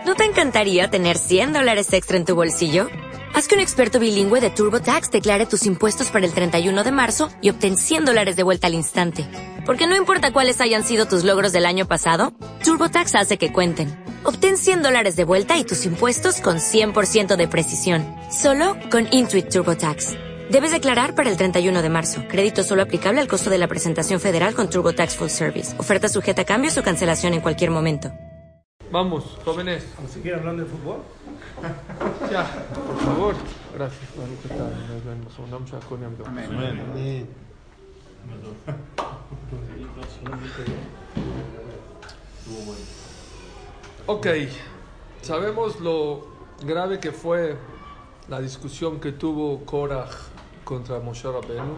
¿No te encantaría tener $100 extra en tu bolsillo? Haz que un experto bilingüe de TurboTax declare tus impuestos para el 31 de marzo y obtén $100 de vuelta al instante. Porque no importa cuáles hayan sido tus logros del año pasado, TurboTax hace que cuenten. Obtén $100 de vuelta y tus impuestos con 100% de precisión. Solo con Intuit TurboTax. Debes declarar para el 31 de marzo. Crédito solo aplicable al costo de la presentación federal con TurboTax Full Service. Oferta sujeta a cambios o cancelación en cualquier momento. Vamos, jóvenes. ¿Vamos a seguir hablando de fútbol? Ya, por favor. Gracias. Amén. Ok, sabemos lo grave que fue la discusión que tuvo Korach contra Moshe Rabbeinu.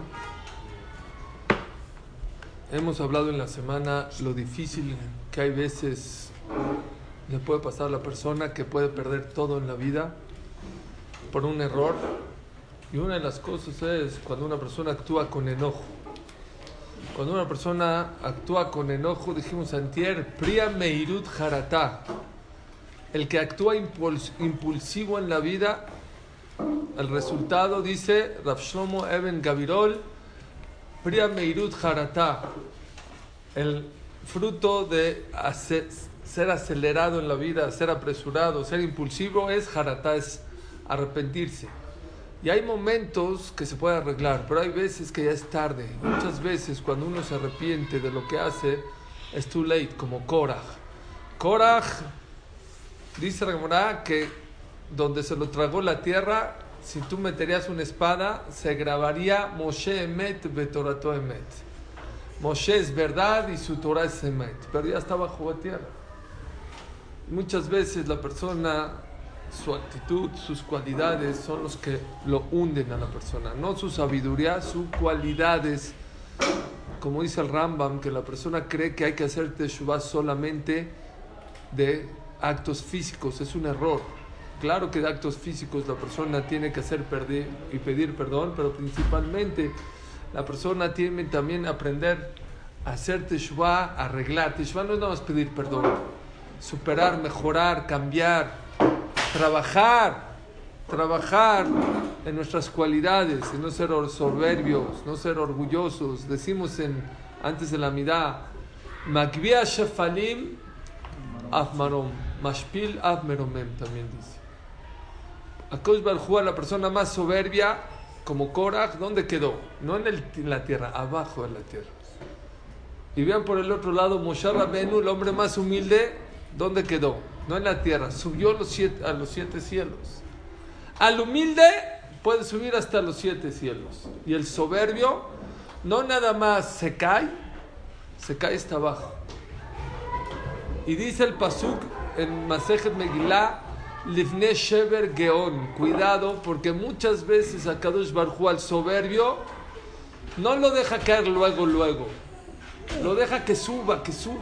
Hemos hablado en la semana lo difícil que hay veces le puede pasar a la persona, que puede perder todo en la vida por un error. Y una de las cosas es cuando una persona actúa con enojo. Cuando una persona actúa con enojo, dijimos antier, Priya Meirut Haratá. El que actúa impulsivo en la vida, el resultado, dice Rav Shlomo Eben Gavirol, Priya Meirut Haratá. El fruto de ser acelerado en la vida, ser apresurado, ser impulsivo es Haratá, es arrepentirse. Y hay momentos que se puede arreglar, pero hay veces que ya es tarde. Muchas veces cuando uno se arrepiente de lo que hace, es too late, como Korach. Korach, dice Gemara, que donde se lo tragó la tierra, si tú meterías una espada, se grabaría Moshe Emet Betorato Emet. Moshe es verdad y su Torah es Emet, pero ya está bajo la tierra. Muchas veces la persona, su actitud, sus cualidades son los que lo hunden a la persona, no su sabiduría, sus cualidades. Como dice el Rambam, que la persona cree que hay que hacer teshuvah solamente de actos físicos, es un error. Claro que de actos físicos la persona tiene que hacer y pedir perdón, pero principalmente la persona tiene también aprender a hacer teshuvah, arreglar. Teshuvah no es nada más pedir perdón, superar, mejorar, cambiar, trabajar en nuestras cualidades, en no ser soberbios, no ser orgullosos. Decimos antes de la midá, Magvia shefalim afmarom, mashpil afmeromem, también dice. Akadosh Baruj Hu, la persona más soberbia, como Korach, ¿dónde quedó? No en la tierra, abajo de la tierra. Y vean por el otro lado, Moshe Rabbeinu, el hombre más humilde, ¿dónde quedó? No en la tierra, subió a los 7 cielos. Al humilde puede subir hasta los 7 cielos. Y el soberbio no nada más se cae hasta abajo. Y dice el pasuk en Masejet Megillah, Livne Shever Geon, cuidado, porque muchas veces a Kadosh Baruj Hu, al soberbio, no lo deja caer luego. Lo deja que suba,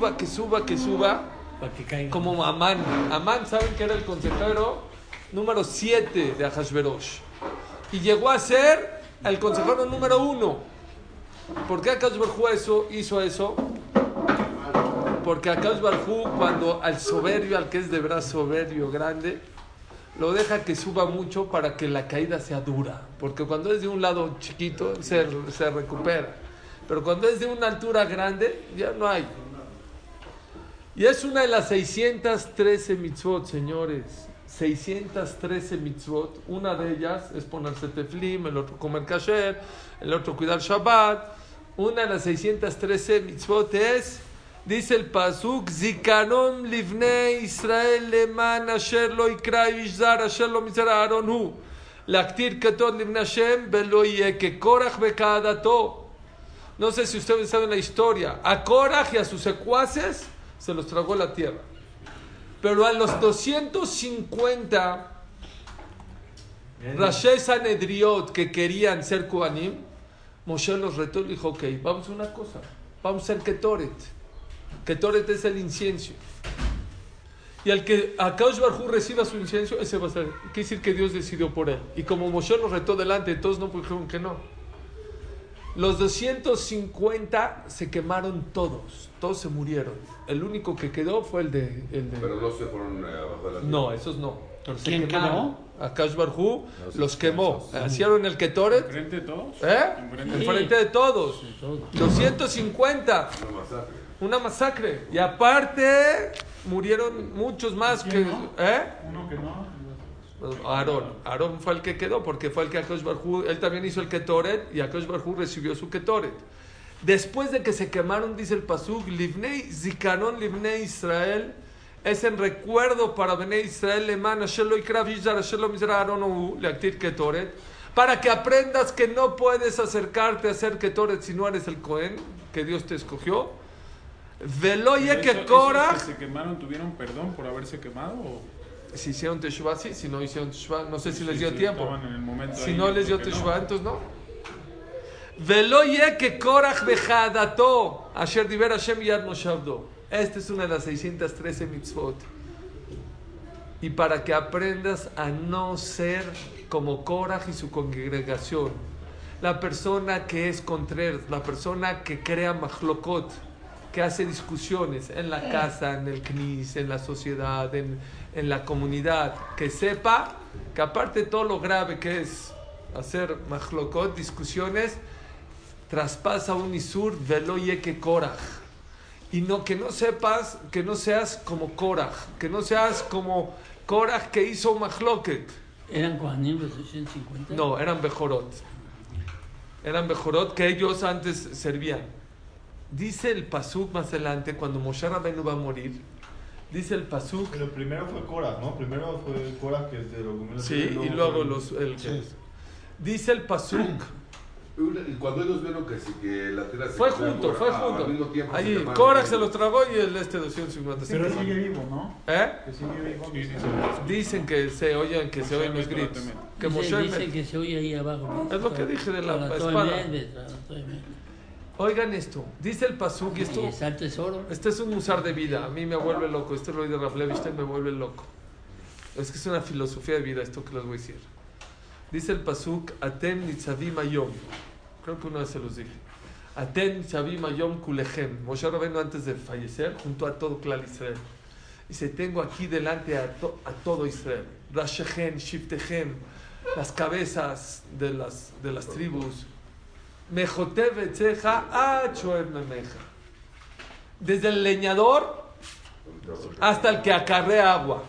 como Amán. Amán, ¿saben que era el consejero número 7 de Ahasverosh? Y llegó a ser el consejero número 1. ¿Por qué Akadosh Baruj Hu hizo eso? Porque Akadosh Baruj Hu, cuando al soberbio, al que es de verdad soberbio, grande, lo deja que suba mucho para que la caída sea dura. Porque cuando es de un lado chiquito, se recupera. Pero cuando es de una altura grande, ya no hay. Y es una de las 613 mitzvot, señores. 613 mitzvot. Una de ellas es ponerse teflim, el otro comer kasher, el otro cuidar Shabbat. Una de las 613 mitzvot es, dice el pasuk, Zikaron livnei Israel leman asher lo ikra yishzar asher lo mizara Aaron hu laktir ketot livnei Hashem velo yeke korach bekadato. No sé si ustedes saben la historia. A Korach y a sus secuaces se los tragó la tierra. Pero a los 250 Rashei Sanedriot que querían ser Kohanim, Moshe los retó y dijo, ok, vamos a una cosa, vamos a ser Ketoret. Ketoret es el incienso. Y al que Akadosh Baruj Hu reciba su incienso, ese va a ser. Quiere decir que Dios decidió por él. Y como Moshe los retó delante, todos no dijeron que no. Los 250 se quemaron todos. Todos se murieron. El único que quedó fue el de... Pero no se fueron abajo de la tierra. No, esos no. Pero se ¿Quién quemaron. quedó? Akash Barhu los quemó. Hicieron el Ketoret. ¿Enfrente de todos? Enfrente de todos. Sí, todo. 250. Una masacre. Una masacre. Y aparte, murieron muchos más que... Uno que no. Aarón fue el que quedó, porque fue el que Akash Barhu, él también hizo el Ketoret, y Akash Barhu recibió su Ketoret. Después de que se quemaron, dice el Pasuk, Livnei Zikaron Livnei Israel, es en recuerdo para Bnei Israel, Leman Asher lo ikra vizar, Asher lo mizra Aaron leaktir Ketoret, para que aprendas que no puedes acercarte a hacer Ketoret si no eres el Cohen, que Dios te escogió. Veloye que Korach. ¿Esos que se quemaron tuvieron perdón por haberse quemado? ¿O? Si hicieron Teshuvah, sí. Si no hicieron Teshuvah, no sé si les dio Sí, tiempo. estaban en el momento Si ahí, no les dio porque Teshuvah, no. entonces no. Veloye que Korach bejadato, Asher diber Hashem yad moshavdo. Esta es una de las 613 mitzvot. Y para que aprendas a no ser como Korach y su congregación. La persona que es contreras, la persona que crea machlokot, que hace discusiones en la casa, en el knis, en la sociedad, en la comunidad, que sepa que aparte de todo lo grave que es hacer machlokot, discusiones, traspasa un isur veloye que Korach. Y no, que no sepas, que no seas como Korach, que no seas como Korach que hizo machloket. ¿Eran Kohanim los 250? No, eran Bejorot. Eran Bejorot que ellos antes servían. Dice el Pasuk más adelante, cuando Moshe Rabbeinu va a morir, dice el Pasuk... Pero primero fue Korah, ¿no? Primero fue Korah, que es de los primeros. Sí, y luego Sí. dice el Pasuk... Y cuando ellos vieron que la tierra se Fue quemó, junto, al mismo tiempo se Allí, quemaron. Korach se los tragó y el 250 se Pero quemaron. sigue vivo, ¿no? Que sigue vivo. Dicen que se oyen los gritos. Que Moshe... Dice que se oye ahí abajo. Es lo que dije de la espada. Oigan esto, dice el Pasuk, y esto... Y está el tesoro. Este es un musar de vida, a mí me vuelve loco, esto lo oí de Rav Levinstein, me vuelve loco. Es que es una filosofía de vida esto que les voy a decir. Dice el Pasuk, Atem nitzavim ayom, creo que una vez se los dije. Atem nitzavim ayom kulechem. Moshe Rabbeinu antes de fallecer, junto a todo Klal Israel. Dice, tengo aquí delante a todo Israel. Rashechem, Shiftechem, las cabezas de las tribus. Mejotev etzeja a choev memeja. Desde el leñador hasta el que acarrea agua.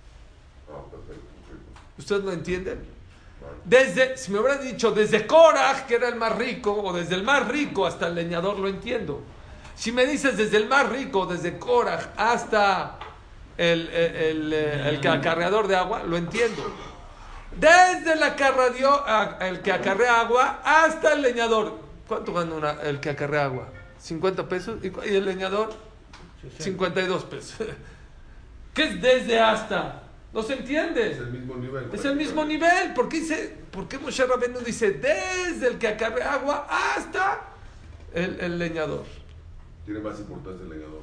¿Ustedes lo entienden? Si me hubieran dicho desde Korach, que era el más rico, o desde el más rico hasta el leñador, lo entiendo. Si me dices desde el más rico, desde Korach hasta el que acarreador de agua, lo entiendo. Desde el que acarrea agua hasta el leñador. ¿Cuánto gana el que acarrea agua? 50 pesos. ¿Y el leñador? 52 pesos. ¿Qué es desde hasta? No se entiende. Es el mismo nivel. Es el mismo nivel. ¿Por qué Moshe Rabbeinu dice desde el que acarrea agua hasta el leñador? Tiene más importancia el leñador.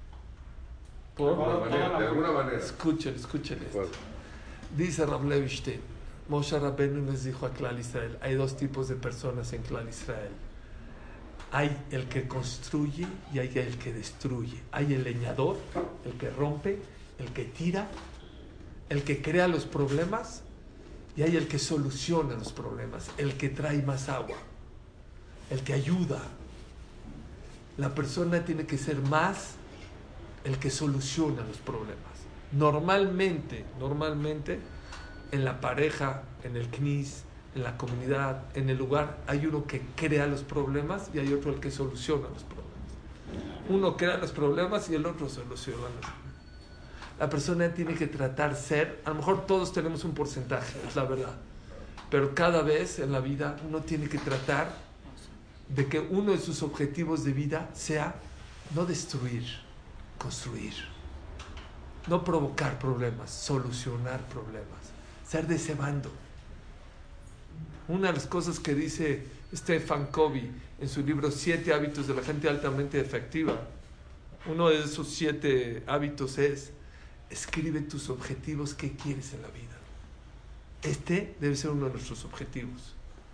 ¿Por? De alguna manera. Escuchen esto. Dice Rav Levinstein, Moshe Rabbeinu les dijo a Klal Israel, hay dos tipos de personas en Klal Israel. Hay el que construye y hay el que destruye. Hay el leñador, el que rompe, el que tira, el que crea los problemas, y hay el que soluciona los problemas, el que trae más agua, el que ayuda. La persona tiene que ser más el que soluciona los problemas. Normalmente, en la pareja, en el knis, en la comunidad, en el lugar, hay uno que crea los problemas y hay otro el que soluciona los problemas. Uno crea los problemas y el otro soluciona los problemas. La persona tiene que tratar ser, a lo mejor todos tenemos un porcentaje, es la verdad, pero cada vez en la vida uno tiene que tratar de que uno de sus objetivos de vida sea no destruir, construir, no provocar problemas, solucionar problemas, ser de ese bando. Una de las cosas que dice Stephen Covey en su libro 7 hábitos de la gente altamente efectiva, uno de esos 7 hábitos es: escribe tus objetivos, qué quieres en la vida. Este debe ser uno de nuestros objetivos.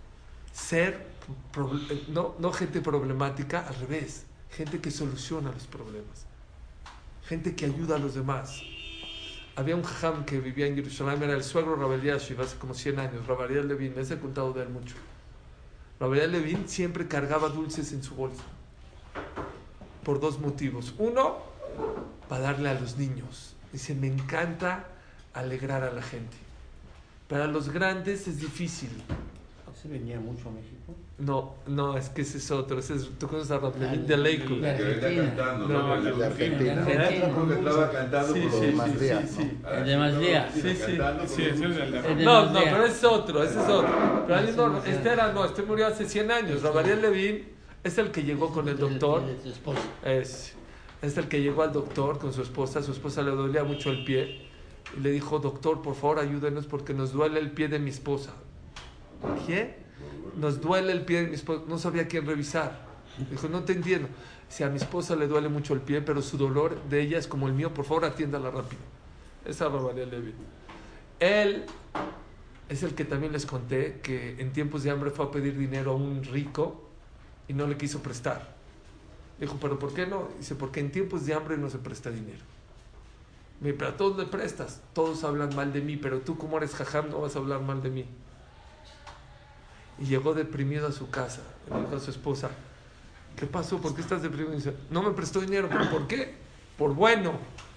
no gente problemática, al revés, gente que soluciona los problemas, gente que ayuda a los demás. Había un jajam que vivía en Jerusalén, era el suegro Rabbi Eliashiv, hace como 100 años, Rabbi Levin, les he contado de él mucho. Rabbi Levin siempre cargaba dulces en su bolsa, por 2 motivos. Uno, para darle a los niños. Dice, me encanta alegrar a la gente. Para los grandes es difícil. ¿Se venía mucho a México? No, es que ese es otro. ¿Tú conoces a Rabbi Levin de Lakewood? Que venía cantando, ¿no? El de Argentina. Porque estaba cantando por los Masría, El de Masría. Sí, Sí, ese es el de El de No, Masría. pero ese es otro. Pero hay uno, este murió hace 100 años. Rabbi Levin es el que llegó con el doctor. De tu esposa. Es el que llegó al doctor con su esposa le dolía mucho el pie y le dijo, doctor, por favor ayúdenos porque nos duele el pie de mi esposa. ¿Qué? Nos duele el pie de mi esposa. No sabía quién revisar. Dijo, no te entiendo. Si a mi esposa le duele mucho el pie, pero su dolor de ella es como el mío, por favor atiéndala rápido. Esa es Rabbi Levin. Él es el que también les conté que en tiempos de hambre fue a pedir dinero a un rico y no le quiso prestar. Dijo, ¿pero por qué no? Dice, porque en tiempos de hambre no se presta dinero. Pero a todos le prestas. Todos hablan mal de mí, pero tú como eres jajam no vas a hablar mal de mí. Y llegó deprimido a su casa. Le dijo a su esposa, ¿qué pasó? ¿Por qué estás deprimido? Dice, no me prestó dinero. ¿Pero por qué? Por bueno.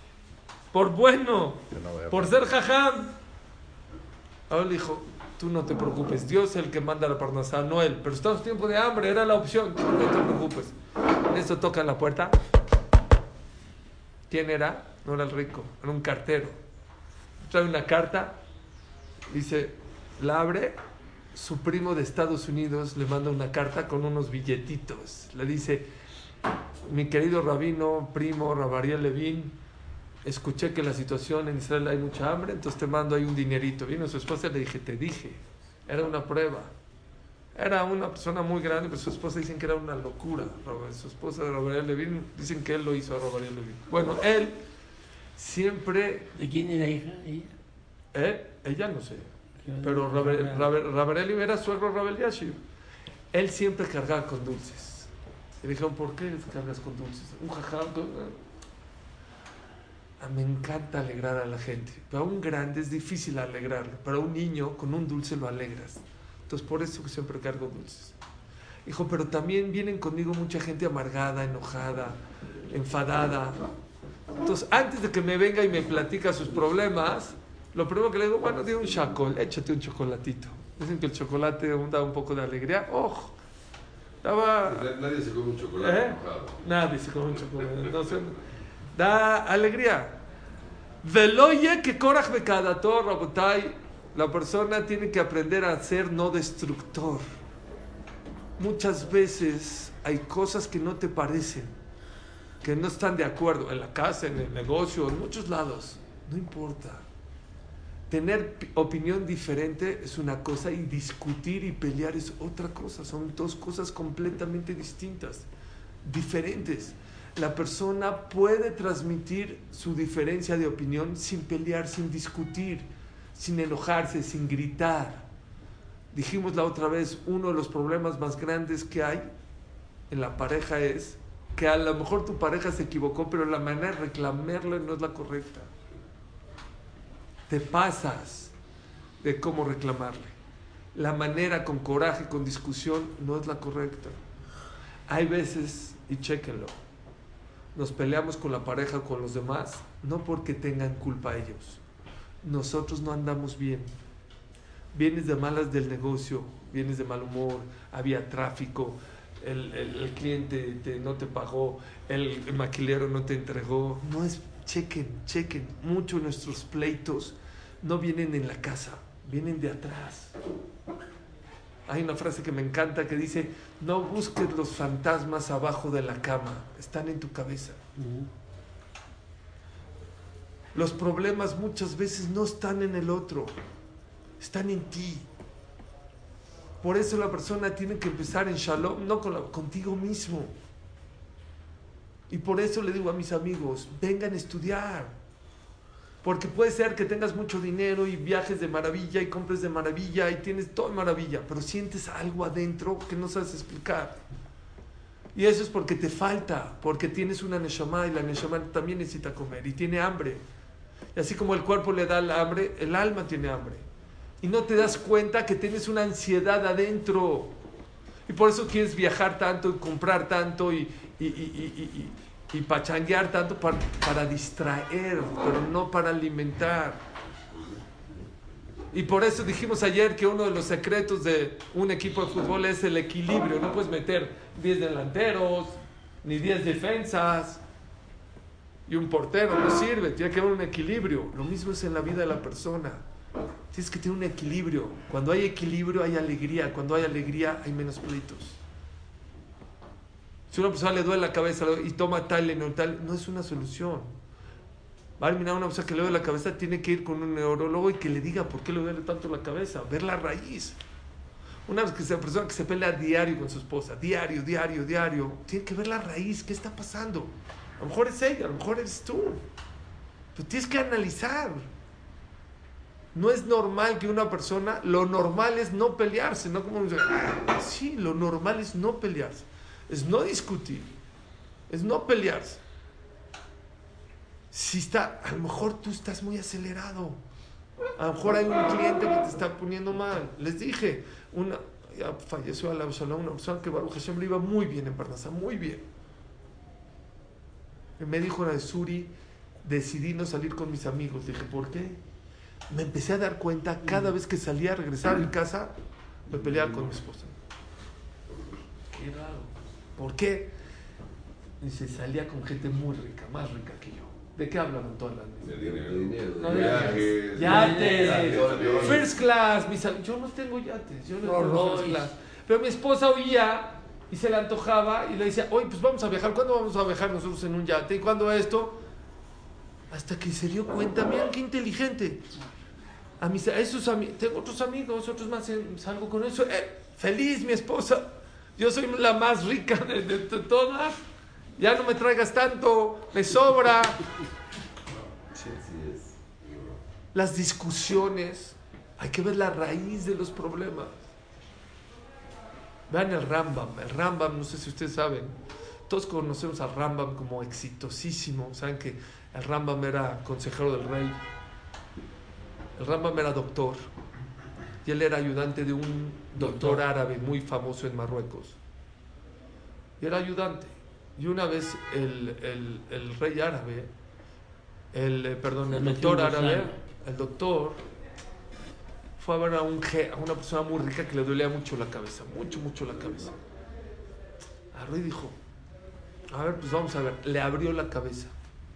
Por ser jajam. Ahora le dijo, tú no te preocupes. Dios es el que manda la parnasá, no él. Pero estamos en tiempo de hambre, era la opción. No te preocupes. En esto toca la puerta. ¿Quién era? No era el rico, era un cartero. Trae una carta, dice, la abre, su primo de Estados Unidos le manda una carta con unos billetitos. Le dice, mi querido rabino, primo, Rabbi Levin, escuché que la situación en Israel hay mucha hambre, entonces te mando ahí un dinerito. Vino su esposa y le dije, te dije, era una prueba. Era una persona muy grande, pero su esposa dicen que era una locura. Su esposa de Rabbi Levin, dicen que él lo hizo a Rabbi Levin. Bueno, él siempre... ¿De quién era hija? ¿Ella? Ella no sé. Pero Rabbi Levin era suegro de Rabbi Eliashiv. Él siempre cargaba con dulces. Le dijeron, ¿por qué cargas con dulces? Un jajam. Me encanta alegrar a la gente. Para un grande es difícil alegrarlo. Para un niño, con un dulce lo alegras. Entonces, por eso siempre cargo dulces. Dijo, pero también vienen conmigo mucha gente amargada, enojada, enfadada. Entonces, antes de que me venga y me platica sus problemas, lo primero que le digo, bueno, di un chacol, échate un chocolatito. Dicen que el chocolate da un poco de alegría. ¡Oh! Nadie se come un chocolate mojado. Nadie se come un chocolate. Entonces, da alegría. Veloye que coraj becadator, Rabotai. La persona tiene que aprender a ser no destructor. Muchas veces hay cosas que no te parecen, que no están de acuerdo, en la casa, en el negocio, en muchos lados. No importa. Tener opinión diferente es una cosa y discutir y pelear es otra cosa. Son 2 cosas completamente distintas, diferentes. La persona puede transmitir su diferencia de opinión sin pelear, sin discutir, sin enojarse, sin gritar. Dijimos la otra vez, uno de los problemas más grandes que hay en la pareja es que a lo mejor tu pareja se equivocó, pero la manera de reclamarle no es la correcta. Te pasas de cómo reclamarle. La manera con coraje, con discusión, no es la correcta. Hay veces, y chéquenlo, nos peleamos con la pareja o con los demás, no porque tengan culpa ellos. Nosotros no andamos bien. Vienes de malas del negocio, vienes de mal humor, había tráfico, el cliente no te pagó, el maquilero no te entregó. No es, chequen. Muchos de nuestros pleitos no vienen en la casa, vienen de atrás. Hay una frase que me encanta que dice, no busques los fantasmas abajo de la cama, están en tu cabeza. Los problemas muchas veces no están en el otro, están en ti. Por eso la persona tiene que empezar en shalom, no contigo mismo. Y por eso le digo a mis amigos, vengan a estudiar. Porque puede ser que tengas mucho dinero y viajes de maravilla y compres de maravilla y tienes todo de maravilla, pero sientes algo adentro que no sabes explicar. Y eso es porque te falta, porque tienes una neshama y la neshama también necesita comer y tiene hambre. Y así como el cuerpo le da el hambre, el alma tiene hambre. Y no te das cuenta que tienes una ansiedad adentro. Y por eso quieres viajar tanto y comprar tanto y pachanguear tanto para distraer, pero no para alimentar. Y por eso dijimos ayer que uno de los secretos de un equipo de fútbol es el equilibrio. No puedes meter 10 delanteros, ni 10 defensas, y un portero, no sirve. Tiene que haber un equilibrio. Lo mismo es en la vida de la persona. Tienes que tener un equilibrio. Cuando hay equilibrio hay alegría. Cuando hay alegría hay menos pleitos. Si a una persona le duele la cabeza y toma Tylenol, no es una solución. Va a eliminar una persona que le duele la cabeza, tiene que ir con un neurólogo y que le diga por qué le duele tanto la cabeza, ver la raíz. Una persona que se pelea diario con su esposa, diario, tiene que ver la raíz, qué está pasando. A lo mejor es ella, a lo mejor eres tú. Pero tienes que analizar. No es normal que una persona, lo normal es no pelearse, no como sí, lo normal es no pelearse. Es no discutir, es no pelearse. A lo mejor tú estás muy acelerado, a lo mejor hay un cliente que te está poniendo mal. Les dije, ya falleció una persona que Baruch Hashem le iba muy bien en Parnasá, muy bien. Y me dijo de Suri, decidí no salir con mis amigos. Dije, ¿por qué? Me empecé a dar cuenta, cada vez que salía a regresar a mi casa, me peleaba con mi esposa. Qué raro. ¿Por qué? Dice, salía con gente muy rica, más rica que yo. ¿De qué hablaban todas las veces? De dinero. No, Viajes. Yates. First class. Yo no tengo yates. Yo no tengo first class. Pero mi esposa oía y se le antojaba y le decía, oye, pues vamos a viajar. ¿Cuándo vamos a viajar nosotros en un yate? ¿Y cuándo esto? Hasta que se dio cuenta, miren qué inteligente. Tengo otros amigos, otros más, salgo con eso. Feliz mi esposa. Yo soy la más rica de todas. Ya no me traigas tanto, me sobra. Las discusiones, hay que ver la raíz de los problemas. Vean el Rambam, no sé si ustedes saben, todos conocemos al Rambam como exitosísimo. Saben que el Rambam era consejero del rey, el Rambam era doctor y él era ayudante de un doctor árabe muy famoso en Marruecos, y era ayudante. Y una vez el rey árabe, el doctor árabe, el doctor fue a ver a una persona muy rica que le dolía mucho la cabeza, mucho la cabeza. El rey dijo, a ver, pues vamos a ver. Le abrió la cabeza.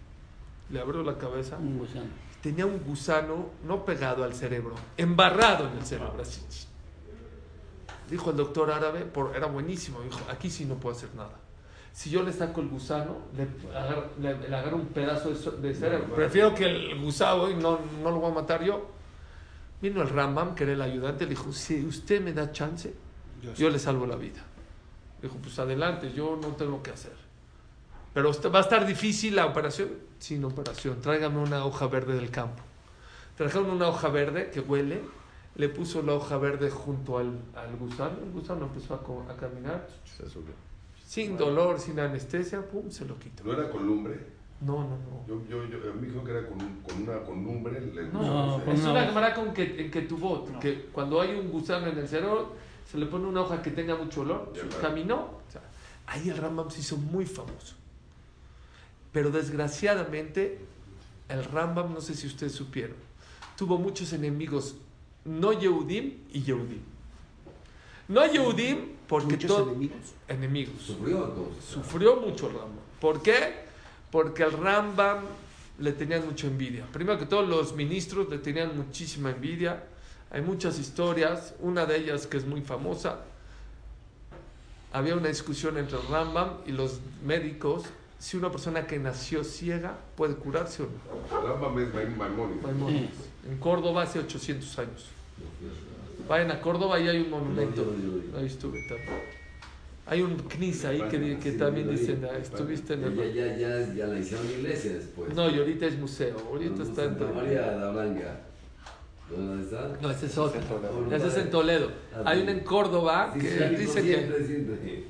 Un gusano. Tenía un gusano no pegado al cerebro, embarrado en el cerebro, así. Dijo el doctor árabe, era buenísimo, dijo, aquí sí no puedo hacer nada. Si yo le saco el gusano, le agarro un pedazo de cerebro. Prefiero que el gusano, y no lo voy a matar yo. Vino el Rambam, que era el ayudante, le dijo, si usted me da chance, yo le salvo la vida. Dijo, pues adelante, yo no tengo que hacer. Pero va a estar difícil la operación. Sin operación, tráigame una hoja verde del campo. Trajeron una hoja verde que huele, le puso la hoja verde junto al gusano. El gusano empezó a caminar. Sin dolor, sin anestesia, pum, se lo quitó. ¿No era con lumbre? No. Yo a mí dijo que era con lumbre. Es una cámara con que tu bot, que cuando hay un gusano en el cerebro, se le pone una hoja que tenga mucho olor, caminó. O sea, ahí el Rambam se hizo muy famoso. Pero desgraciadamente, el Rambam, no sé si ustedes supieron, tuvo muchos enemigos, no Yehudim y Yehudim. No Yehudim, porque todos enemigos. Sufrió mucho el Rambam. ¿Por qué? Porque al Rambam le tenían mucha envidia. Primero que todos los ministros le tenían muchísima envidia. Hay muchas historias, una de ellas que es muy famosa. Había una discusión entre el Rambam y los médicos si una persona que nació ciega puede curarse o no. El Rambam es Maimónides. En Córdoba hace 800 años. Vayan a Córdoba y hay un monumento. Ahí estuve también. Hay un knis ahí que también dicen, estuviste en el... Ya la hicieron iglesia después. No, y ahorita es museo. Ahorita está en Santa María de la Blanca. ¿Dónde está? No, ese es otro. Ese es en Toledo. Hay uno en Córdoba que dice que...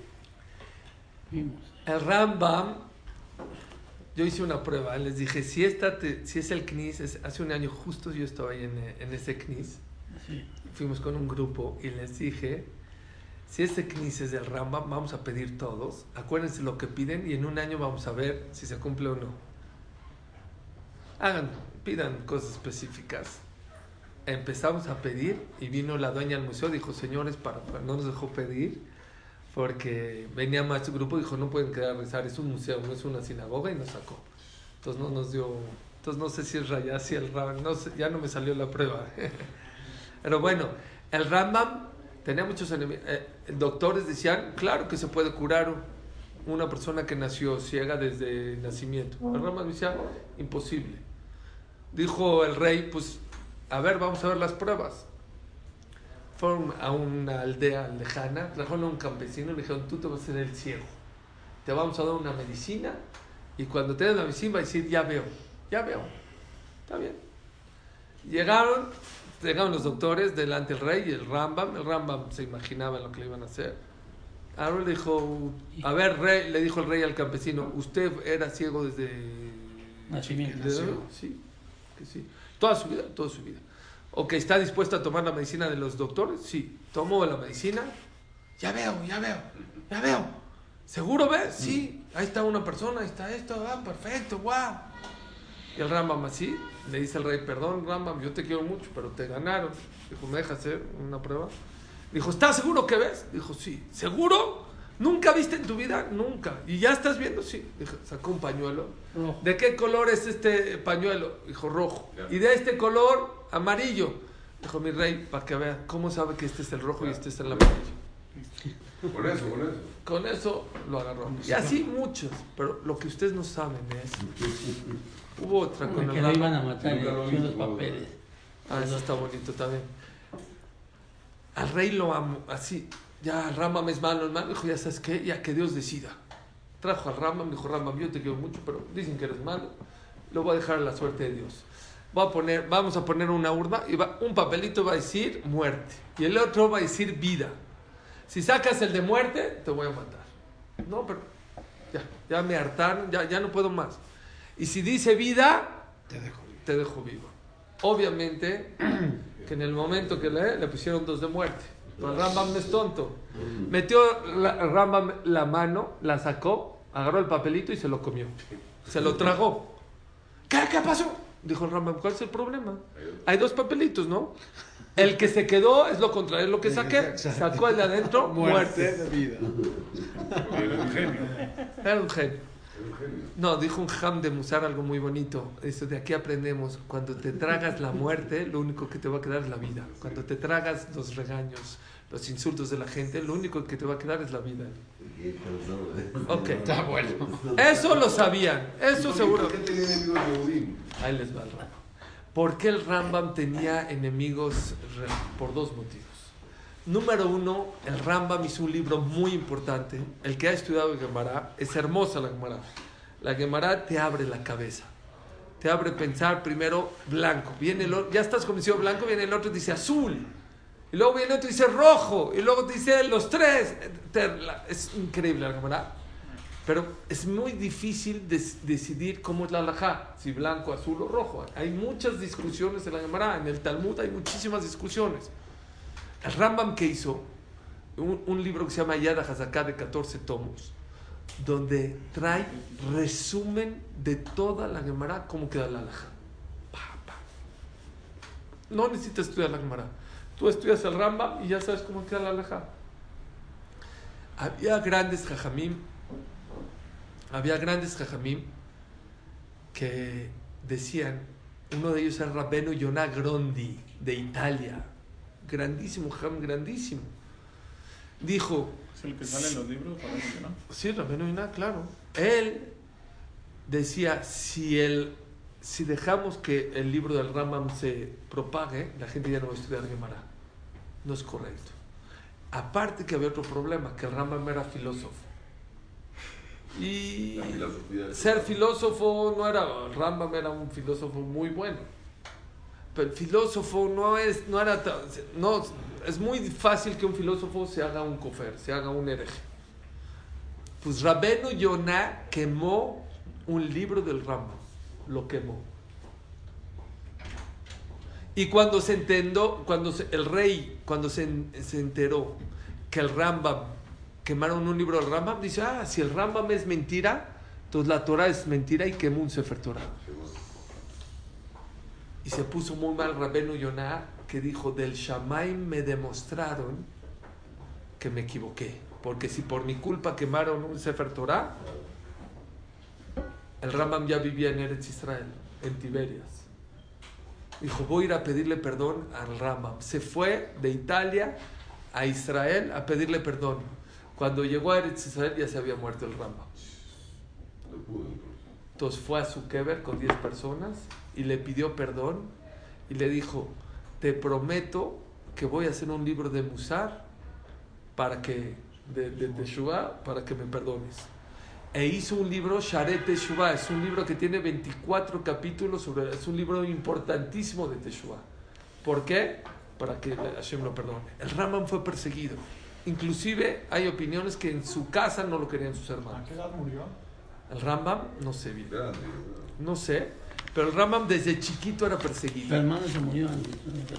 El Rambam, yo hice una prueba, les dije, si es el knis, hace un año justo yo estaba ahí en ese knis, fuimos con un grupo y les dije, si ese knis es del Rambam, vamos a pedir todos, acuérdense lo que piden y en un año vamos a ver si se cumple o no. Pidan cosas específicas. Empezamos a pedir y vino la dueña del museo, dijo, señores, no nos dejó pedir, porque venía más su grupo, dijo, no pueden quedar a rezar, es un museo, no es una sinagoga, y nos sacó. Entonces no nos dio, entonces no sé si es Rayá, si el Rambam, no sé, ya no me salió la prueba. Pero bueno, el Rambam tenía muchos enemigos. Doctores decían, claro que se puede curar una persona que nació ciega desde nacimiento. El Rambam decía, imposible. Dijo el rey, pues, a ver, vamos a ver las pruebas. Fueron a una aldea lejana, trajeron a un campesino y le dijeron, tú te vas a hacer el ciego. Te vamos a dar una medicina y cuando te den la medicina va a decir, ya veo. Está bien. Llegaron los doctores delante del rey y el Rambam se imaginaba lo que le iban a hacer. Ahora le dijo, a ver, rey, le dijo el rey al campesino, ¿usted era ciego desde nacimiento? Sí, que sí. Toda su vida. Ok, ¿está dispuesto a tomar la medicina de los doctores? Sí. ¿Tomó la medicina? Ya veo. ¿Seguro ves? Sí. Ahí está una persona, ahí está esto, perfecto, wow. Y el Rambam así, le dice al rey, perdón Rambam, yo te quiero mucho, pero te ganaron. Dijo, ¿me dejas hacer una prueba? Dijo, ¿estás seguro que ves? Dijo, sí. ¿Seguro? ¿Nunca viste en tu vida? Nunca. ¿Y ya estás viendo? Sí. Dijo, sacó un pañuelo. Rojo. ¿De qué color es este pañuelo? Dijo, rojo. ¿Y de este color? Amarillo. Dijo, mi rey, para que vea, ¿cómo sabe que este es el rojo y este es el amarillo? Con eso lo agarró. Y así muchos. Pero lo que ustedes no saben es... Hubo otra con el que lo iban a matar y los papeles. Eso está bonito también. Al rey lo amo, así. Ya, el Rambam es malo. Dijo, ya sabes qué, ya que Dios decida. Trajo al Rambam, dijo, Rambam, yo te quiero mucho, pero dicen que eres malo. Lo voy a dejar a la suerte de Dios. Vamos a poner una urna y un papelito va a decir muerte y el otro va a decir vida. Si sacas el de muerte, te voy a matar. No, pero ya me hartaron, ya no puedo más. Y si dice vida, te dejo vivo. Obviamente que en el momento que le pusieron 2 de muerte. Pero el Rambam no es tonto. Metió el Rambam la mano, la sacó, agarró el papelito y se lo comió. Se lo tragó. ¿Qué pasó? Dijo el Rambam, ¿cuál es el problema? Hay 2 papelitos, ¿no? El que se quedó es lo contrario, es lo que saqué. Sacó el de adentro, muerte. De vida. Era un genio. No, dijo un Ham de Musar algo muy bonito. Eso de aquí aprendemos. Cuando te tragas la muerte, lo único que te va a quedar es la vida. Cuando te tragas los regaños, los insultos de la gente, lo único que te va a quedar es la vida. Ok. Está bueno. Eso lo sabían. Eso seguro. ¿Por qué tenía enemigos Yehudim? Ahí les va el Rambam. ¿Por qué el Rambam tenía enemigos? Por 2 motivos. Número 1, el Rambam hizo un libro muy importante. El que ha estudiado Gemara, es hermosa la Gemara. La Gemara te abre la cabeza. Te abre pensar primero blanco. Viene ya estás convencido blanco, viene el otro y dice azul. Y luego viene el otro y dice rojo. Y luego te dice los 3. Es increíble la Gemara. Pero es muy difícil decidir cómo es la halajá, si blanco, azul o rojo. Hay muchas discusiones en la Gemara, en el Talmud hay muchísimas discusiones. El Rambam que hizo un libro que se llama Yad HaZaká de 14 tomos, donde trae resumen de toda la Gemara, cómo queda la halajá. No necesitas estudiar la Gemara. Tú estudias el Rambam y ya sabes cómo queda la halajá. Había grandes jajamim que decían, uno de ellos era Rabbenu Yonah Grondi de Italia, grandísimo jajam, grandísimo. Dijo, ¿es el que sale en los libros? ¿No? Sí, Rabbenu Yonah, claro. Él decía, si dejamos que el libro del Rambam se propague, la gente ya no va a estudiar Gemara. No es correcto. Aparte que había otro problema, que el Rambam era filósofo. Y ser filósofo no era... El Rambam era un filósofo muy bueno. Pero el filósofo es muy fácil que un filósofo se haga un kofer, se haga un hereje. Pues Rabbeinu Yonah quemó un libro del Rambam. Lo quemó. Y cuando se enteró, el rey se enteró que el Rambam, quemaron un libro del Rambam, dice, si el Rambam es mentira, entonces la Torah es mentira, y quemó un Sefer Torah. Y se puso muy mal Rabbeinu Yonah, que dijo, del Shamaim me demostraron que me equivoqué, porque si por mi culpa quemaron un Sefer Torah, el Rambam ya vivía en Eretz Israel, en Tiberias. Dijo, voy a ir a pedirle perdón al Rambam. Se fue de Italia a Israel a pedirle perdón. Cuando llegó a Eretz Israel ya se había muerto el Rambam. Entonces fue a su kever con 10 personas y le pidió perdón y le dijo, te prometo que voy a hacer un libro de Musar para que, de Teshuvah, para que me perdones. E hizo un libro, Sharet Teshuvah, es un libro que tiene 24 capítulos, es un libro importantísimo de Teshuvah. ¿Por qué? Para que Hashem lo perdone. El Rambam fue perseguido. Inclusive hay opiniones que en su casa no lo querían sus hermanos. ¿A qué edad murió? El Rambam, no sé bien. No sé, pero el Rambam desde chiquito era perseguido. Tu hermano se murió antes.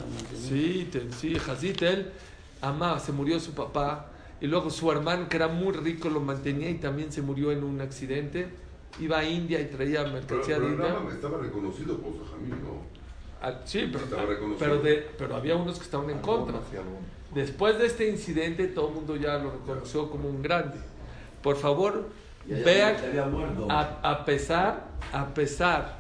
Sí, Hazit, él amaba, se murió su papá. Y luego su hermano, que era muy rico, lo mantenía y también se murió en un accidente. Iba a India y traía mercancía de India. Pero estaba reconocido por su familia, ¿no? Sí, estaba reconocido. pero había unos que estaban en contra. Después de este incidente, todo el mundo ya lo reconoció como un grande. Por favor, vean, a pesar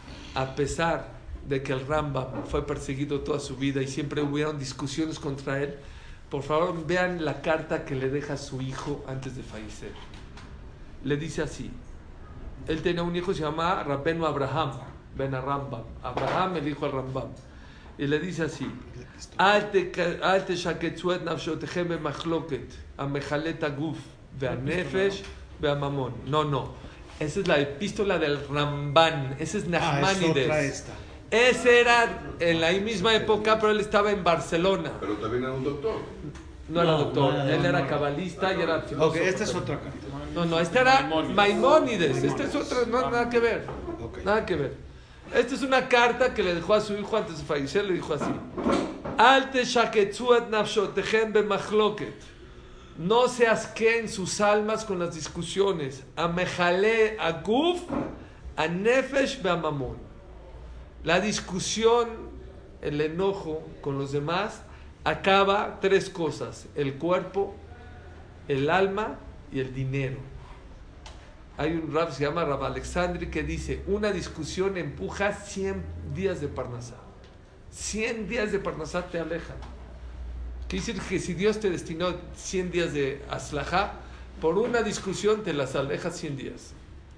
de que el Rambam fue perseguido toda su vida y siempre hubieron discusiones contra él, por favor, vean la carta que le deja a su hijo antes de fallecer. Le dice así. Él tenía un hijo que se llamaba Rabbeinu Abraham, Ben Rambam. Abraham, el hijo del Rambam. Y le dice así. Al te shaketzu et nafshotechem bemachloket, amechalet aguf, ve'anefesh, ve'amamon. No. Esa es la epístola del Ramban. Esa es Nachmanides. Ese era en la misma época, pero él estaba en Barcelona. Pero también era un doctor. No era doctor, él era cabalista y era filósofo. Ok, esta es otra carta. No, esta era Maimónides. Esta es otra, no, nada que ver. Nada que ver. Esta es una carta que le dejó a su hijo antes de fallecer, le dijo así. Al teshaketzu et nafshotechem bemachloket. No se asqueen sus almas con las discusiones. Amejale aguf, anefesh beamamon. La discusión, el enojo con los demás, acaba 3 cosas: el cuerpo, el alma y el dinero. Hay un rab que se llama Rab Alexandri que dice, una discusión empuja 100 días de Parnasá. 100 días de Parnasá te alejan. Quiere decir que si Dios te destinó 100 días de aslajá, por una discusión te las alejas 100 días.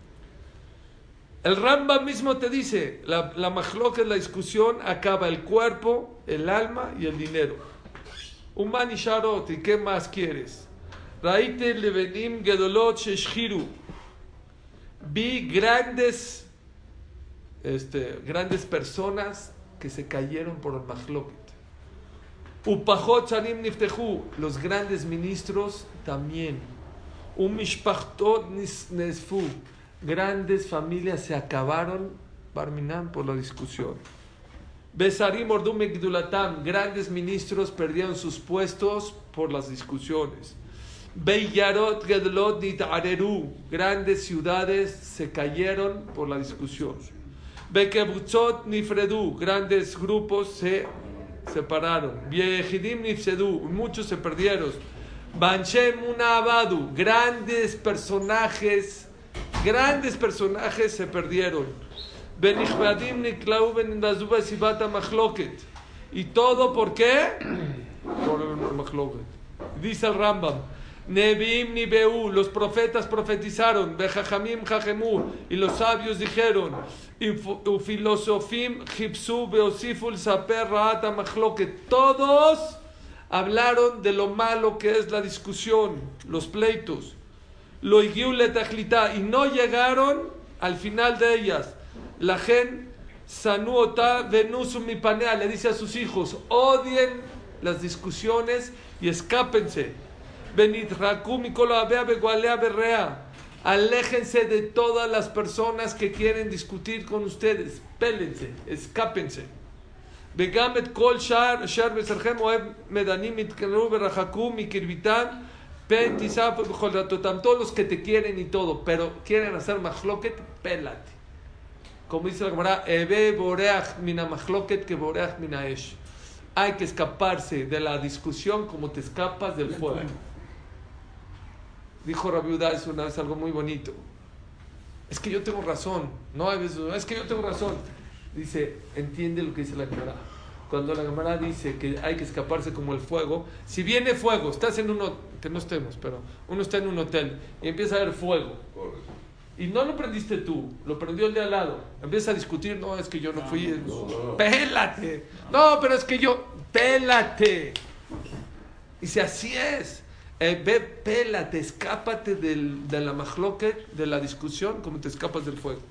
El Rambam mismo te dice, la majloca, la discusión, acaba el cuerpo, el alma y el dinero. Uman y Sharot, ¿y qué más quieres? Raite levenim gedolot sheshchiru. Vi grandes personas que se cayeron por el majloket. Upachot shanim niftehu, los grandes ministros también. Mishpachtot nesfu, grandes familias se acabaron, Barminan, por la discusión. Besarim ordum megdulatam, grandes ministros perdieron sus puestos por las discusiones. Beyarot gedlot nitareru, grandes ciudades se cayeron por la discusión. Bekebutzot nifredu, grandes grupos se separaron. Viejidim nifsedu, muchos se perdieron. Banshem unabadu, grandes personajes se perdieron. Benichvadim niklau benindazuba sibata machloket. ¿Y todo por qué? Por el machloket. Dice el Rambam, Neviim nibeu, los profetas profetizaron, Bejajamim jajemu, y los sabios dijeron, Ufilosofim gipsu beosiful saper raata machloket. Todos hablaron de lo malo que es la discusión, los pleitos. Lo higiu le tajlita, y no llegaron al final de ellas. La gen sanuota venusu mi panea, le dice a sus hijos, odien las discusiones y escápense. Benitraku mi kolo abea begualea berrea. Aléjense de todas las personas que quieren discutir con ustedes. Pélense, escápense. Begamet kol shar beserhem oeb medanim itkenu berajaku mi kirbitam. Todos los que te quieren y todo, pero quieren hacer machloket, pélate. Como dice la Gemara, ebe boreach mina machloket que boreach mina esh. Hay que escaparse de la discusión como te escapas del fuego. Dijo Rabbi Uday una vez algo muy bonito. Es que yo tengo razón. No, es que yo tengo razón. Dice, entiende lo que dice la Gemara. Cuando la Gemara dice que hay que escaparse como el fuego, si viene fuego, estás en que no estemos, pero uno está en un hotel y empieza a haber fuego. Y no lo prendiste tú, lo prendió el de al lado. Empieza a discutir, no, es que yo no fui. No. Pélate. No, pero es que yo, pélate. Dice, así es. Ve, pélate, escápate de la machloket, de la discusión, como te escapas del fuego.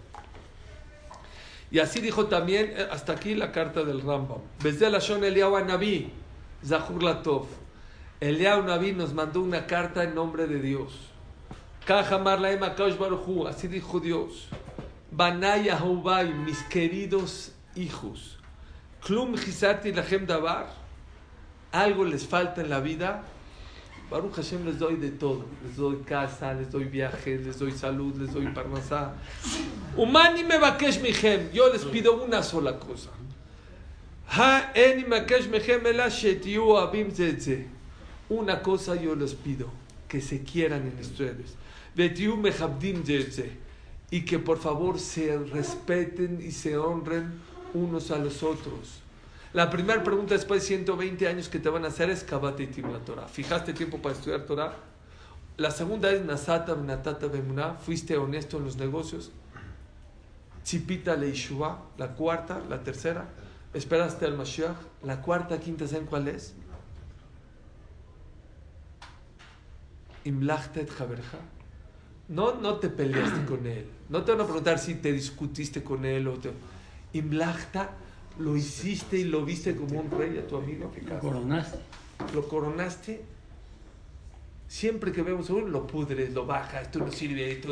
Y así dijo también, hasta aquí la carta del Rambam. Besde Lashon Eliyahu Naví, Zahur Latov. Eliyahu Naví nos mandó una carta en nombre de Dios. Kajamar Laem Akadosh Baruj Hu, así dijo Dios. Banay Ahubai, mis queridos hijos. Klum Chisati Lachem Davar. Algo les falta en la vida. Baruch Hashem les doy de todo. Les doy casa, les doy viajes, les doy salud, les doy parnasá. Umani me bakesh michem. Yo les pido una sola cosa. Ha eni bakesh michem ela shetiu abim zetze. Una cosa yo les pido, que se quieran en ustedes. Vetiu mechabdim zetze. Y que por favor se respeten y se honren unos a los otros. La primera pregunta después de 120 años que te van a hacer es Kabate Itim la Torah. ¿Fijaste tiempo para estudiar Torah? La segunda es Nasata Benatata Bemuná. ¿Fuiste honesto en los negocios? Tzipita Leishua. La cuarta, la tercera. ¿Esperaste al Mashiach? La cuarta, quinta, ¿saben cuál es? Imlachtet Jaberja. No te peleaste con él. No te van a preguntar si te discutiste con él o te... Imlachta. Lo hiciste y lo viste como un rey a tu amigo. Lo coronaste. Lo coronaste. Siempre que vemos a uno, lo pudres, lo bajas, esto no sirve, esto.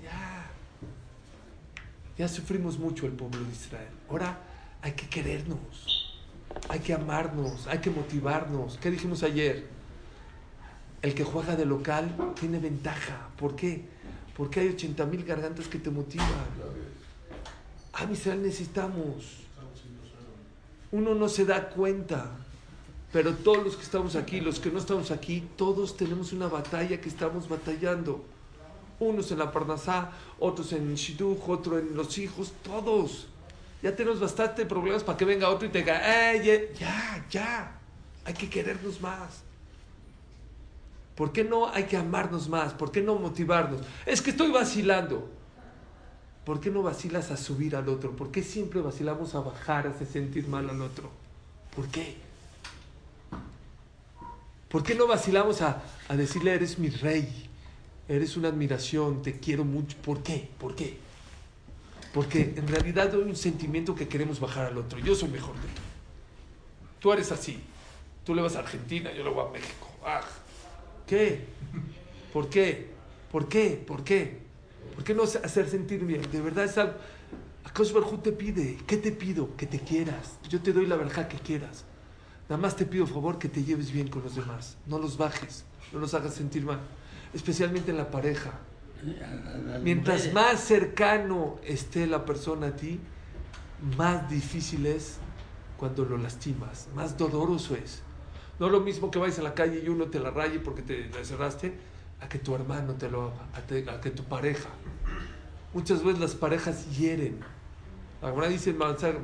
Ya sufrimos mucho el pueblo de Israel. Ahora hay que querernos, hay que amarnos, hay que motivarnos. ¿Qué dijimos ayer? El que juega de local tiene ventaja. ¿Por qué? Porque hay 80,000 gargantas que te motivan. A Israel necesitamos. Uno no se da cuenta, pero todos los que estamos aquí, los que no estamos aquí, todos tenemos una batalla que estamos batallando. Unos en la Parnasá, otros en Shidduch, otros en los hijos, todos. Ya tenemos bastante problemas para que venga otro y te diga, ya, hay que querernos más. ¿Por qué no hay que amarnos más? ¿Por qué no motivarnos? Es que estoy vacilando. ¿Por qué no vacilas a subir al otro? ¿Por qué siempre vacilamos a bajar, a hacer sentir mal al otro? ¿Por qué? ¿Por qué no vacilamos a decirle, eres mi rey, eres una admiración, te quiero mucho? ¿Por qué? ¿Por qué? Porque en realidad hay un sentimiento que queremos bajar al otro. Yo soy mejor que tú. Tú eres así. Tú le vas a Argentina, yo le voy a México. ¿Qué? ¿Por qué? ¿Por qué? ¿Por qué? ¿Por qué no hacer sentir bien? De verdad es algo... Akadosh Baruj Hu te pide. ¿Qué te pido? Que te quieras. Yo te doy la verajá que quieras. Nada más te pido, por favor, que te lleves bien con los demás. No los bajes. No los hagas sentir mal. Especialmente en la pareja. Mientras más cercano esté la persona a ti, más difícil es cuando lo lastimas. Más doloroso es. No es lo mismo que vayas a la calle y uno te la raye porque te la cerraste, a que tu hermano te lo haga, a que tu pareja. Muchas veces las parejas hieren. La Gemara dice,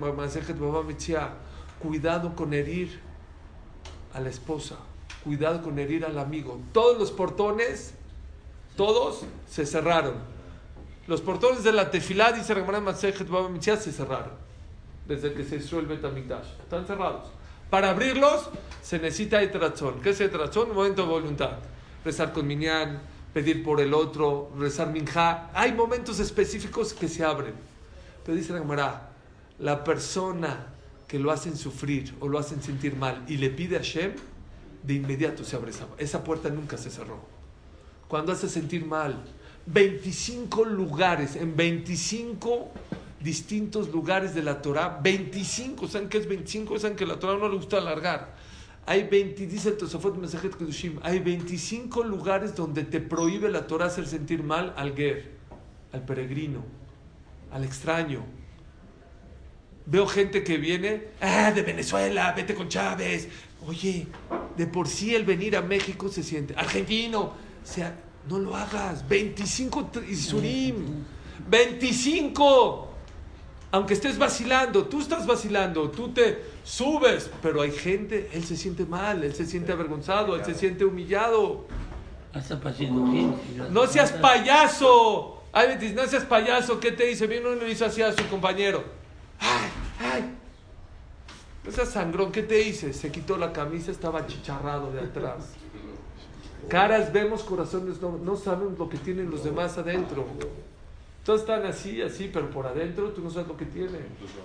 cuidado con herir a la esposa, cuidado con herir al amigo. Todos los portones, todos se cerraron. Los portones de la tefilá, dice la Gemara Masejet Baba Mitzia, se cerraron. Desde que se hizo el Bet HaMikdash. Están cerrados. Para abrirlos se necesita etratzón. ¿Qué es etratzón? Un momento de voluntad. Rezar con minyan, pedir por el otro, rezar minjá. Hay momentos específicos que se abren. Pero dice la Gemara, la persona que lo hacen sufrir o lo hacen sentir mal y le pide a Hashem, de inmediato se abre esa puerta, nunca se cerró. Cuando hace sentir mal, 25 lugares, en 25 distintos lugares de la Torah, 25, ¿saben qué es 25? Saben que a la Torah no le gusta alargar. Hay 20, dice el Tosafot Mesajet Kedushim, hay 25 lugares donde te prohíbe la Torah hacer sentir mal al ger, al peregrino, al extraño. Veo gente que viene, de Venezuela, vete con Chávez. Oye, de por sí el venir a México se siente argentino. O sea, no lo hagas. 25 Isurim. 25. Aunque estés vacilando, tú estás vacilando, tú te subes. Pero hay gente, él se siente mal, él se siente avergonzado, él se siente humillado. No seas payaso. Ay, no seas payaso. ¿Qué te dice? Bien, uno le hizo así a su compañero. Ay. No seas sangrón, ¿qué te dice? Se quitó la camisa, estaba achicharrado de atrás. Caras vemos, corazones no saben lo que tienen los demás adentro. Todos están así, pero por adentro tú no sabes lo que tienen.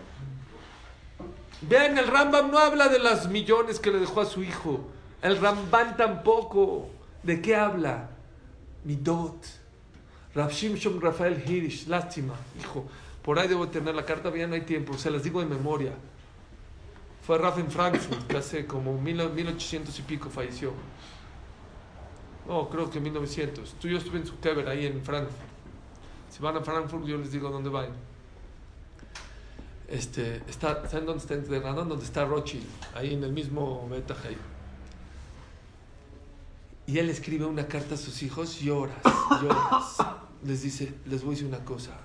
Vean, el Rambam no habla de las millones que le dejó a su hijo. El Rambam tampoco. ¿De qué habla? Midot. Rav Shimshon Rafael Hirsch, lástima, hijo. Por ahí debo tener la carta, ya no hay tiempo, se las digo de memoria. Fue Raf en Frankfurt, que hace como 1800 y pico falleció. No, creo que 1900. Yo estuve en su kever ahí en Frankfurt. Si van a Frankfurt, yo les digo dónde van. ¿Saben dónde está enterrado? Donde está Rothschild, ahí en el mismo Betahai. Y él escribe una carta a sus hijos, lloras. Les dice, les voy a decir una cosa.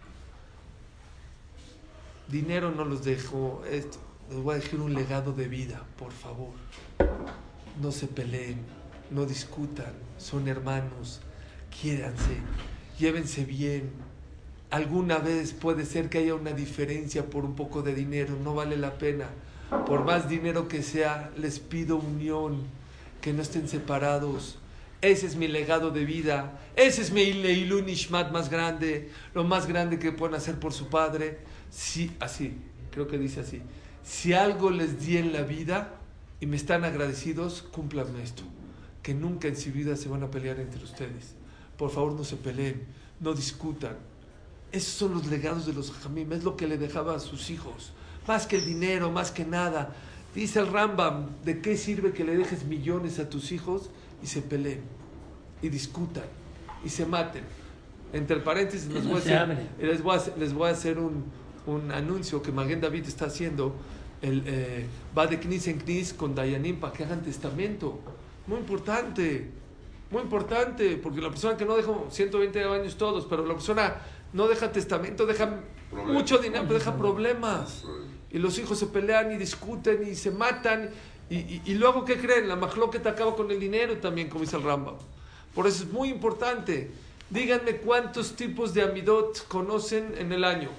Dinero no los dejo, les voy a dejar un legado de vida, por favor. No se peleen, no discutan, son hermanos, quiéranse, llévense bien. Alguna vez puede ser que haya una diferencia por un poco de dinero, no vale la pena. Por más dinero que sea, les pido unión, que no estén separados. Ese es mi legado de vida, ese es mi Leilun Ishmat más grande, lo más grande que pueden hacer por su padre. Sí, así, creo que dice así. Si algo les di en la vida y me están agradecidos, cúmplanme esto. Que nunca en su vida se van a pelear entre ustedes. Por favor, no se peleen, no discutan. Esos son los legados de los Jajamim, es lo que le dejaba a sus hijos. Más que el dinero, más que nada. Dice el Rambam, ¿de qué sirve que le dejes millones a tus hijos y se peleen, y discutan, y se maten? Entre paréntesis, les voy a hacer un anuncio que Maguen David está haciendo. Va de Knis en Knis con Dayanim para que hagan testamento. Muy importante, porque la persona que no deja 120 años todos, pero la persona no deja testamento, deja mucho dinero, pero deja problemas. Y los hijos se pelean y discuten y se matan. Y luego, ¿qué creen? La majloqueta acaba con el dinero también, como dice el Rambam. Por eso es muy importante. Díganme cuántos tipos de amidot conocen en el año.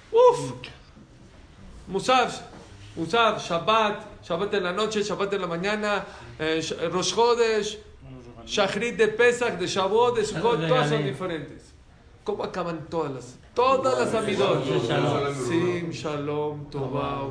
Musaf, Shabbat en la noche, Shabbat en la mañana, Rosh Chodesh, Shachrit de Pesach, de Shavuot, de Sukkot, todas son diferentes. ¿Cómo acaban todas las amidot? Sim, Shalom, Tová,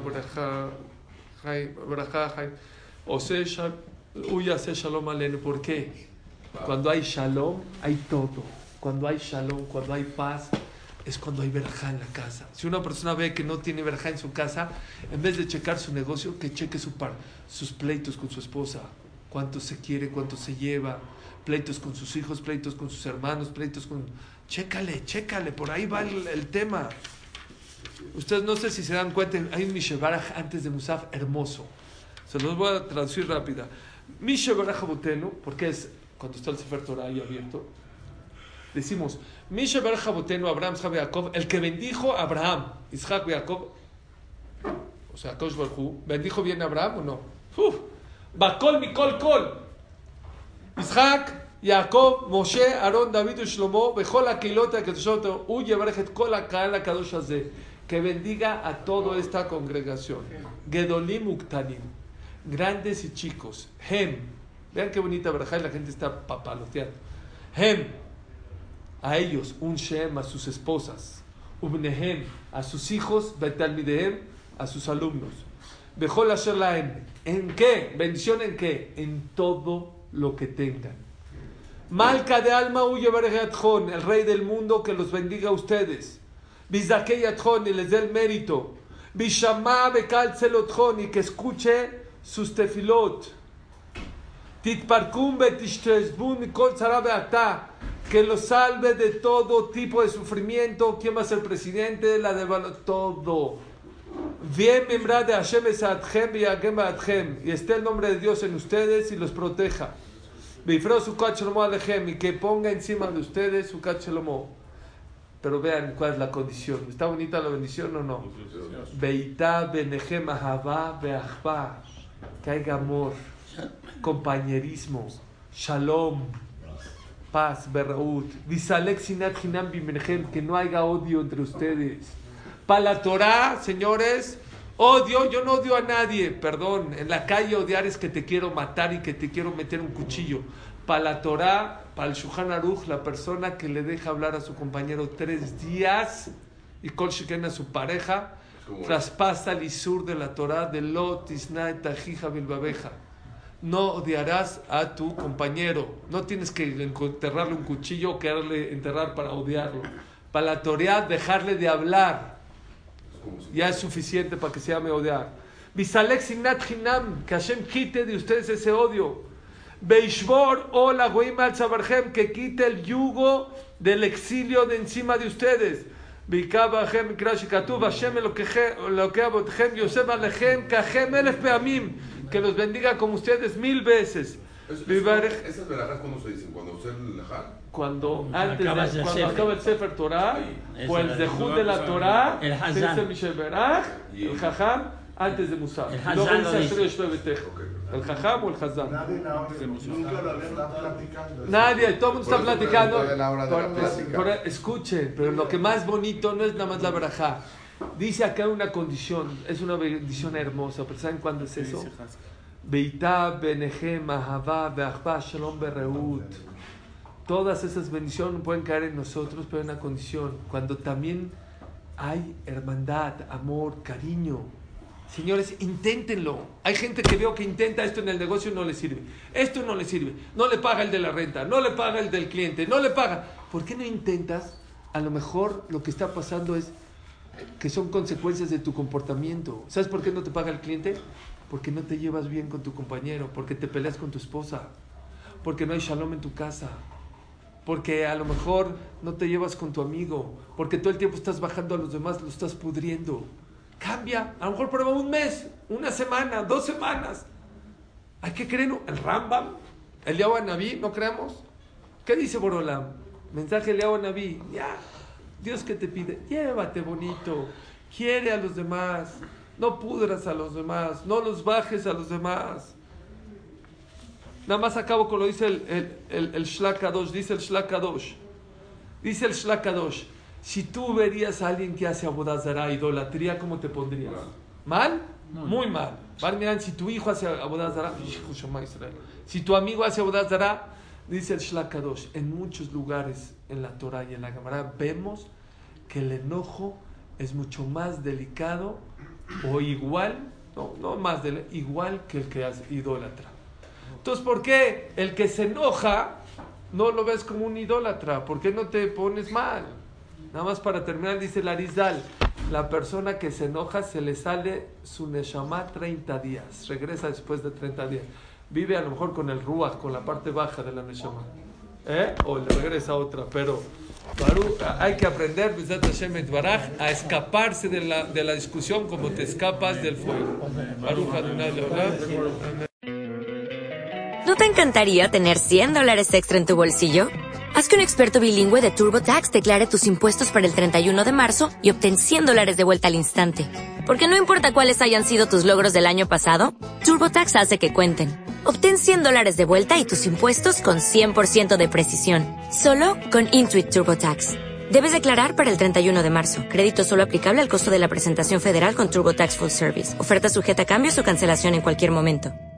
Braja, Ose Shalom Aleinu. ¿Por qué? Cuando hay Shalom, hay todo. Cuando hay Shalom, cuando hay paz, es cuando hay verajá en la casa. Si una persona ve que no tiene verajá en su casa, en vez de checar su negocio, que cheque sus pleitos con su esposa. Cuánto se quiere, cuánto se lleva. Pleitos con sus hijos, pleitos con sus hermanos, pleitos con... Chécale, por ahí va el tema. Ustedes no sé si se dan cuenta, hay un Mishebaraj antes de Musaf hermoso. Se los voy a traducir rápida. Mishebaraj Abotenu, porque es cuando está el Sefer Torah ahí abierto. Decimos, Mishebaraj Abotenu, Abraham, Isaac, Jacob, el que bendijo a Abraham, Isaac, Jacob, o sea, Kosh Barhu, ¿bendijo bien a Abraham o no? Bakol, Mikol, Kol. Isaac, Jacob, Moshe, Aarón, David y Shlomo, Bejol Akilota, que Uye Barejet Kol Akael Akadosh Hazeh, que bendiga a toda esta congregación. Gedolim Uktanim. grandes y chicos. Hem, vean qué bonita verajá y la gente está papaloteando. Hem, a ellos, un Shem, a sus esposas. Ubnehem, a sus hijos. Betalmidehem, a sus alumnos. Bejol asher lahem, ¿en qué? ¿Bendición en qué? En todo lo que tengan. Malka de alma huye Baregatjón, el rey del mundo, que los bendiga a ustedes. Bizakeyatjón, y les dé el mérito. Bishama bekalzelotjón, y que escuche sus tefilot. Titparkum betishtrezbun kol zarabe ata, que los salve de todo tipo de sufrimiento. ¿Quién va a ser presidente? La de todo. Bien membrad de Hashem esatchem y agem atchem, y esté el nombre de Dios en ustedes y los proteja. Bifro su kachlomo alechem, y que ponga encima de ustedes su kachlomo. Pero vean cuál es la condición. ¿Está bonita la bendición o no? Beitá benechem ahavá beachvá, que haya amor, compañerismo, shalom, paz, berraut. Visalek sinat hinam bimenechem, que no haya odio entre ustedes. Para la Torah, señores, odio, yo no odio a nadie, perdón, en la calle odiar es que te quiero matar y que te quiero meter un cuchillo. Para la Torah, para el Shulchan Aruch, la persona que le deja hablar a su compañero 3 días y kol shiken a su pareja, traspasa el isur de la Torah de lo tisnai tajija bilbabeja. No odiarás a tu compañero, no tienes que enterrarle un cuchillo o quererle enterrar para odiarlo. Para la Torah, dejarle de hablar ya es suficiente para que se llame odiar. Bisalek sinat hinam, que Hashem quite de ustedes ese odio. Beishvor o la goim al sabarhem, que quite el yugo del exilio de encima de ustedes. Bikabachem krashikatuv Hashem lo que abothem Yosef alechem kachem elef peamim, que los bendiga como ustedes 1000 veces. ¿Esas verajás cuándo se dicen? ¿Cuando usted el lejal? Cuando acaba el Sefer Torah, o el Zehut de la Torah, el se dice Mishel Berach, el Jajam, antes de Musaf. Luego dice Asher Yoshua Betejo. El Jajam o el Hazam. Nunca lo habían platicando. Nadie, todo el mundo está platicando. Escuchen, pero lo que más bonito no es nada más la verajá. Dice acá una condición, es una bendición hermosa, pero ¿saben cuándo es eso? Beitá, Benechem, Ahavá, Beachvá, Shalom, Berreut. Todas esas bendiciones pueden caer en nosotros, pero hay una condición: cuando también hay hermandad, amor, cariño. Señores, inténtenlo. Hay gente que veo que intenta esto en el negocio y no le sirve. Esto no le sirve. No le paga el de la renta, no le paga el del cliente, no le paga. ¿Por qué no intentas? A lo mejor lo que está pasando es que son consecuencias de tu comportamiento. ¿Sabes por qué no te paga el cliente? Porque no te llevas bien con tu compañero, porque te peleas con tu esposa, porque no hay shalom en tu casa, porque a lo mejor no te llevas con tu amigo, porque todo el tiempo estás bajando a los demás, lo estás pudriendo. Cambia, a lo mejor prueba un mes, una semana, 2 semanas. Hay que creer, el Rambam, Eliyahu Anabí, ¿no creemos? ¿Qué dice Borolam? Mensaje Eliyahu Anabí, ya, Dios que te pide, llévate bonito, quiere a los demás. No pudras a los demás, no los bajes a los demás. Nada más acabo con lo dice el Shlach Kadosh, dice el Shlach Kadosh. Dice el Shlach Kadosh, si tú verías a alguien que hace Avodah Zará, idolatría, ¿cómo te pondrías? ¿Mal? Muy mal. Miran, si tu hijo hace Avodah Zará, si tu amigo hace Avodah Zará, dice el Shlach Kadosh, en muchos lugares en la Torah y en la Gemara vemos que el enojo es mucho más delicado o igual, no más igual que el que hace idólatra. Entonces, ¿por qué el que se enoja no lo ves como un idólatra? ¿Por qué no te pones mal? Nada más para terminar, dice el Arizal, la persona que se enoja se le sale su neshama 30 días, regresa después de 30 días. Vive a lo mejor con el ruach, con la parte baja de la neshama, o le regresa otra, pero hay que aprender a escaparse de la discusión como te escapas del fuego. ¿No te encantaría tener $100 extra en tu bolsillo? Haz que un experto bilingüe de TurboTax declare tus impuestos para el 31 de marzo y obtén $100 de vuelta al instante. Porque no importa cuáles hayan sido tus logros del año pasado, TurboTax hace que cuenten. Obtén $100 de vuelta y tus impuestos con 100% de precisión. Solo con Intuit TurboTax. Debes declarar para el 31 de marzo. Crédito solo aplicable al costo de la presentación federal con TurboTax Full Service. Oferta sujeta a cambios o cancelación en cualquier momento.